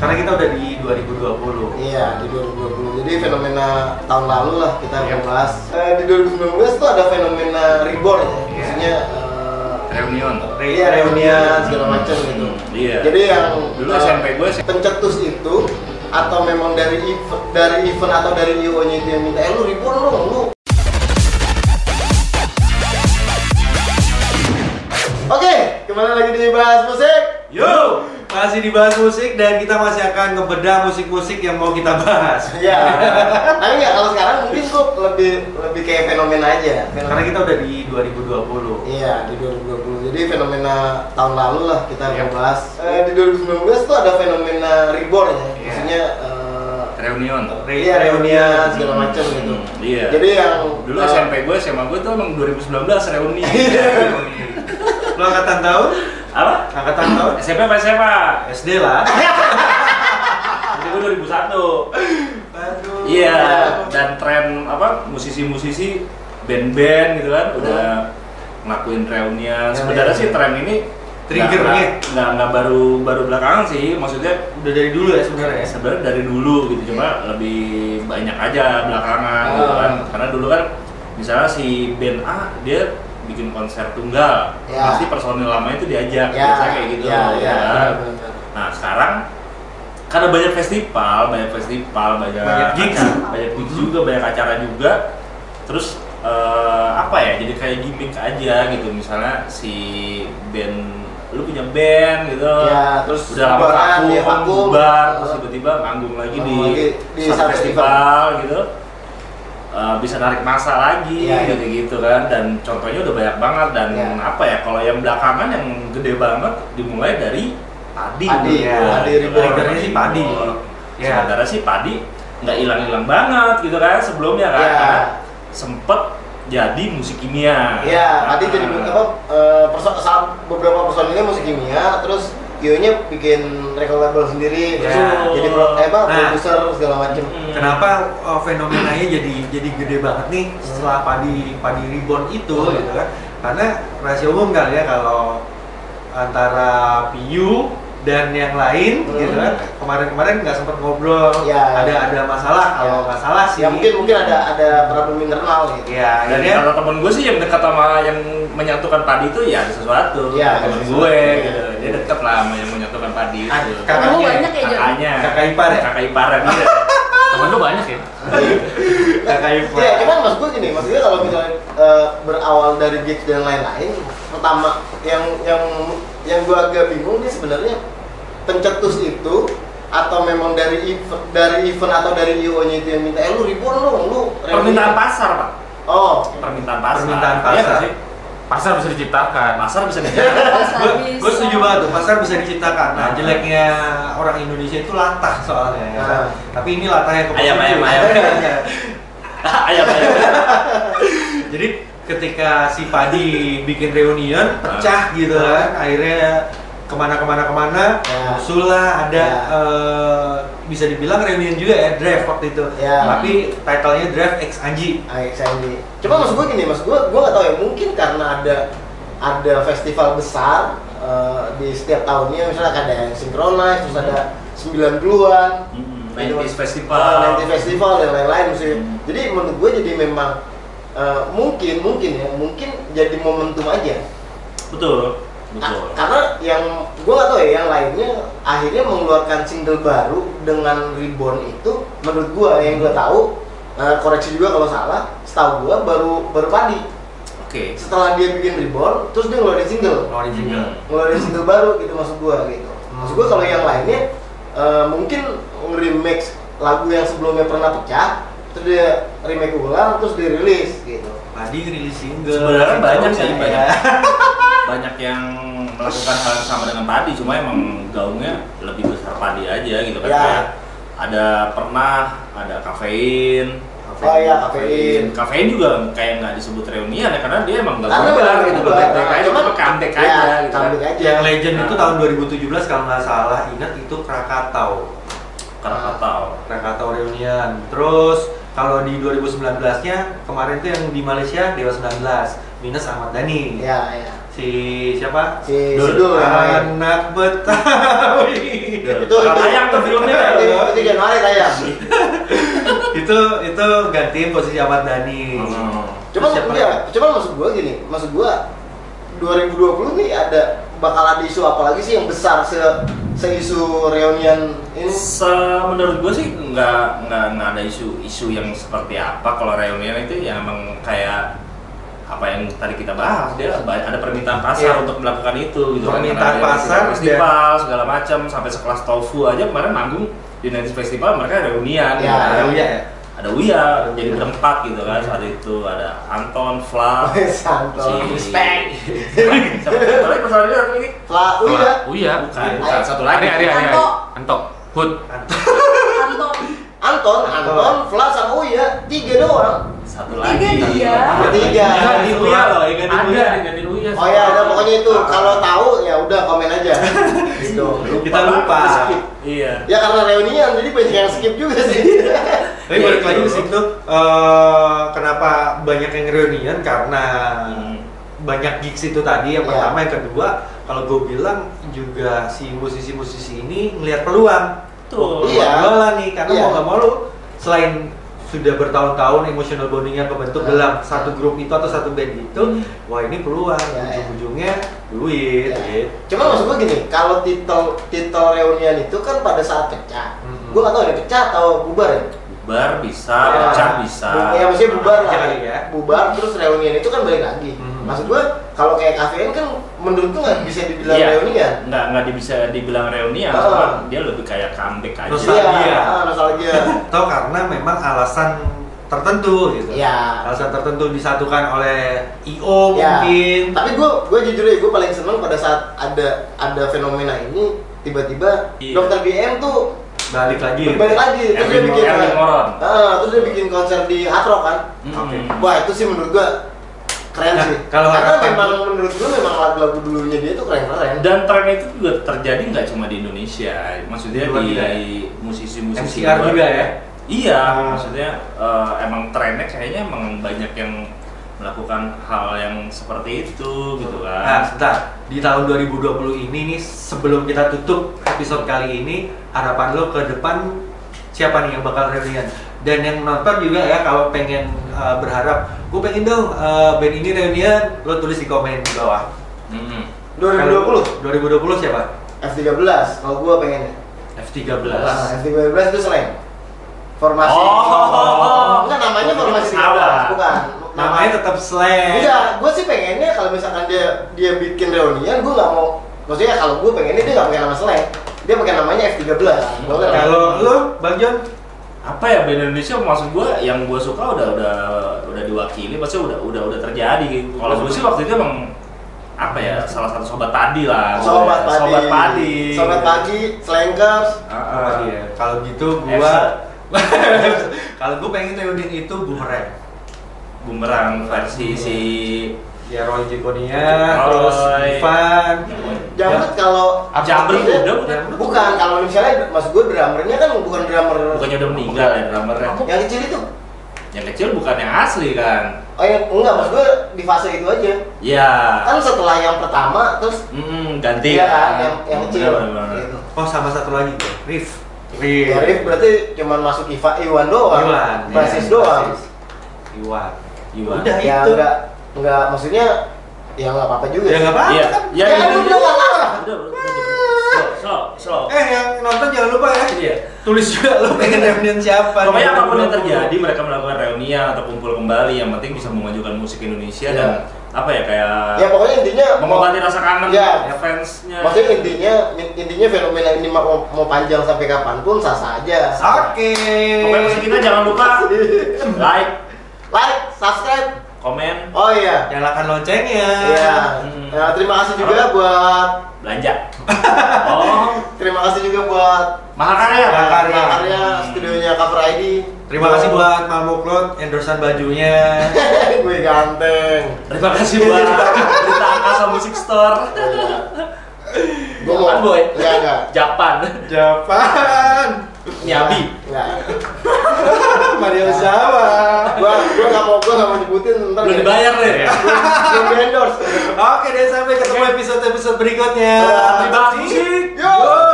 Karena kita udah di 2020. Iya, di 2020. Jadi fenomena tahun lalu lah kita bahas. Di 2019 tuh ada fenomena reborn ya. Maksudnya reunion. Iya, reunion segala macam gitu. Iya. Jadi yang dulu SMP gue pencetus itu atau memang dari event atau dari IO-nya itu yang minta lu reborn lu. Oke, kembali lagi di Bahas Musik. Yo, masih dibahas musik dan kita masih akan ngebedah musik-musik yang mau kita bahas. Iya. Tapi nggak, kalau sekarang mungkin tuh lebih kayak fenomena aja. Karena kita udah di 2020. Iya, di 2020. Jadi fenomena tahun lalu lah kita bahas. Di 2019 tuh ada fenomena reborn ya. Maksudnya reunion. Iya, reunion segala macam gitu. Iya. Jadi yang dulu SMP gue, SMA gue tuh emang 2019 reuni. Lo angkatan tahun? Apa? Angkatan tahun? SMP apa SMA? SD lah. Jadi gue 2001. Aduh. Iya, dan tren apa musisi-musisi band-band gitu kan udah ngelakuin reunian. Sebenarnya sih tren ini triggernya nggak baru belakangan sih, maksudnya udah dari dulu ya sebenarnya. Sebenarnya dari dulu gitu, cuma lebih banyak aja belakangan gitu kan. Karena dulu kan misalnya si band A dia bikin konser tunggal, pasti personil lama itu diajak, biasanya kayak gitu. Nah sekarang karena banyak festival, banyak gigs juga, banyak acara juga. Terus apa ya? Jadi kayak gimmick aja gitu. Misalnya si band, lu punya band gitu, terus udah lama vakum, bubar, terus tiba-tiba manggung lagi di satu festival gitu. Bisa narik masa lagi gitu kan, dan contohnya udah banyak banget. Dan apa ya, kalau yang belakangan yang gede banget dimulai dari Padi triggernya sih Padi. Sementara sih Padi nggak hilang banget gitu kan sebelumnya kan, karena sempet jadi musik kimia. Iya, Padi jadi beberapa personilnya musik kimia, terus Q-nya bikin record label sendiri, jadi produser segala macam. Kenapa fenomenanya jadi gede banget nih setelah Padi Reborn itu gitu kan? Karena rahasia umum kali ya kalau antara PU dan yang lain gitu kan, kemarin nggak sempat ngobrol, ada masalah kalau nggak salah sih. Ya mungkin ada problem internal gitu. Ya, dan kalau temen gue sih yang dekat sama yang menyatukan Padi itu ya ada sesuatu. Temen gue gitu, dia dekat lah sama yang menyatukan Padi itu. Kakak ipar gitu. Temen lu banyak ya? Kakak ipar. Ya, cuman maksud gue gini, maksudnya kalau misalnya berawal dari gigs dan lain-lain, pertama yang gue agak bingung nih sebenarnya, pencetus itu atau memang dari event atau dari IO-nya itu yang minta lu reborn lu permintaan pasar, Pak. Permintaan pasar sih. Pasar bisa diciptakan. Gue setuju banget tuh, pasar bisa diciptakan. Nah, jeleknya orang Indonesia itu latah soalnya ya. Tapi ini latahnya ke ayam. Jadi ketika si Padi bikin reunion pecah gitu kan, akhirnya kemana muncul lah ada bisa dibilang reunion juga ya, draft waktu itu. Tapi titlenya draft X Anji. Cuma maksud gue nggak tahu ya, mungkin karena ada festival besar di setiap tahunnya, misalnya ada yang Synchronize, terus ada 90-an 90s festival dan lain-lain sih. Jadi menurut gue jadi memang mungkin jadi momentum aja. Betul. Karena yang gue nggak tahu ya, yang lainnya akhirnya mengeluarkan single baru dengan reborn itu, menurut gue yang gue tahu, koreksi juga kalau salah, setahu gue baru Padi. Setelah dia bikin reborn, terus dia ngeluarin single baru gitu, maksud gue gitu. Maksud gue kalau yang lainnya mungkin nge-remix lagu yang sebelumnya pernah pecah, terus dia remake ulang, terus dirilis gitu. Padi rilis single. Sebenarnya banyak yang melakukan hal yang sama dengan Padi, cuma emang gaungnya lebih besar Padi aja gitu kan. Kayak ada kafein. Kafein juga kayak nggak disebut reunian ya, karena dia emang nggak bubar gitu, cuma comeback aja gitu kan. Yang legend itu tahun 2017 kalau nggak salah ingat, itu Krakatau reunian. Terus kalau di 2019-nya kemarin tuh yang di Malaysia Dewa 19 minus Ahmad Dhani. si siapa? Si Dul. Sidul yang main. Anak Betawi. Itu tayang tuh filmnya. Itu Januari tayang. itu gantiin posisi Ahmad Dhani. Cuman Terus siapa enggak, lagi? cuman maksud gua 2020 nih bakal ada isu apa lagi sih yang besar seisu reunian ini? Menurut gue sih nggak ada isu yang seperti apa. Kalau reunian itu ya emang kayak apa yang tadi kita bahas, dia ada permintaan pasar untuk melakukan itu gitu. Permintaan Ada pasar festival segala macam, sampai sekelas Tofu aja kemarin manggung di 90s Festival, mereka reunian Ya, Ada Uya ya? ada Uya jadi berempat gitu kan. Saat itu ada Anton, Fla, Santo. Respect. Siapa lagi personalnya satu lagi? Fla Uya. Uya. Bukan satu lagi. Ari. Anto. Anto. Hud. Anton, Fla sama Uya, 3 doang. Satu Tiga lagi. dia. Tiga. Ganti Uya loh, ganti Uya. Ganti Uya. Oh ya, ada pokoknya itu. Kalau tahu ya udah komen aja. Gitu. Kita lupa. Skip. Iya. Ya karena reunian jadi banyak yang skip juga sih. Tapi Ya, balik itu. lagi ke situ, kenapa banyak yang reunian karena banyak gigs itu tadi yang Ya. pertama, yang kedua kalau gue bilang juga si musisi-musisi ini ngelihat peluang. Tuh. Iya. Jualan nih, karena Iya. mau nggak mau lu selain sudah bertahun-tahun emotional bondingnya kebentuk dalam satu grup itu atau satu band itu, wah ini peluang, Ya, ya. ujung-ujungnya duit. Ya. Gitu. Cuma maksud gue gini, kalau titel reunian itu kan pada saat pecah. Mhm. Gue nggak tahu ada pecah atau bubar ya. Bubar bisa, Ya. pecah bisa. Ya maksudnya bubar Iya lah. kali ya. Bubar terus reunian itu kan balik lagi. Maksud gue kalau kayak KVN kan menurut gue nggak bisa dibilang Iya. reunian. Nggak bisa dibilang reunian, Ah. cuma dia lebih kayak comeback aja. Nostalgia. Iya, nostalgia. Atau karena memang alasan tertentu gitu. Iya. Alasan tertentu disatukan oleh IO Ya. mungkin. Tapi gue jujur ya, gue paling seneng pada saat ada fenomena ini tiba-tiba Iya. Dokter BM tuh Balik lagi. balik lagi terus dia bikin Erwin Moron. terus dia bikin konser di Hard Rock kan. Oke. Wah itu sih menurut gue keren Nah, sih. kalau Karena harapan- memang menurut gue memang lagu-lagu dulunya dia tuh keren-keren. Dan tren itu juga terjadi nggak cuma di Indonesia, maksudnya Luar di juga ya? musisi-musisi MCR luar. juga ya. Iya, Ah. maksudnya emang trennya kayaknya emang banyak yang melakukan hal yang seperti itu gitu Nah, kan. sebentar. Di tahun 2020 ini nih, sebelum kita tutup episode kali ini, harapan lo ke depan siapa nih yang bakal reunian? Dan yang nonton juga ya, kalau pengen berharap, gue pengen dong band ini reunian, lo tulis di komen di bawah. Mm-mm. 2020 2020 siapa? F13 kalau gue pengennya. F13. Nah, F13 itu slang. Formasi. Oh. Enggak namanya formasi Salah. 13, bukan. Namanya tetap slang. Enggak, gue sih pengennya kalau misalkan dia bikin reunian, gue nggak mau. Maksudnya kalau gue pengennya dia nggak pakai nama slang, dia pakai namanya F13. Kalau lo, Bang John? Apa ya, band Indonesia maksud gue yang gue suka udah diwakili, maksudnya udah terjadi. Kalau gue sih waktu itu emang apa ya, salah satu sobat padi lah. Sobat Padi. Sobat Padi. Sobat Padi, Slankers. Apa dia? Kalau gitu gua kalau gua pengen reunian itu Boomerang. Bumerang versi si Ya Roy Jekonia, terus Roy. Ivan. Jamret kalau Jamret maksudnya- udah bukan? Bukan, kalau misalnya maksud gue drummernya kan bukan drummer Bukannya udah meninggal ya drummernya? yang kecil itu. Yang kecil bukan yang asli kan? Oh ya, enggak, maksud gue di fase itu aja. Ya. Kan setelah yang pertama terus Ganti iya kan, kan? yang kecil. Bener-bener. Gitu. Oh sama satu lagi, Rif. Ya, Rif berarti cuman masuk Iwan doang. Iwan. Basis ya, doang. basis. Iwan. Iwan. Udah Ya itu. enggak maksudnya ya enggak apa-apa juga. Ya nggak apa-apa Iya. kan. Ya, Ya, lu udah nggak salah. Udah. Slow. Yang nonton jangan lupa ya. Iya. Tulis juga lo pengen reunian siapa. Pokoknya di apapun yang 2020. terjadi, mereka melakukan reunian atau kumpul kembali, yang penting bisa memajukan musik Indonesia Iya. dan apa ya, kayak Ya pokoknya intinya mengobati rasa kangen Iya. ya fansnya. Maksudnya intinya fenomena ini mau panjang sampai kapanpun sah-sah aja. Oke. Pokoknya musik kita jangan lupa like, Like, subscribe. komen, Oh iya. Nyalakan loncengnya. Iya. Hmm. Ya, terima kasih juga buat belanja. Oh, terima kasih juga buat Mahakarya. karya studionya Cover ID. Terima kasih buat Mamuklot endorsean bajunya. Gue ganteng. Terima kasih buat Berita Angkasa Music Store. Gue Japan, boy. Enggak. Japan. Japan. Miyabi. Enggak. Mario Zawa. Gue nggak mau Gua nggak mau nyebutin ntar. Belum dibayar deh. Belum di endorse. Oke deh, sampai ketemu episode berikutnya. Dibahas musik. Yo.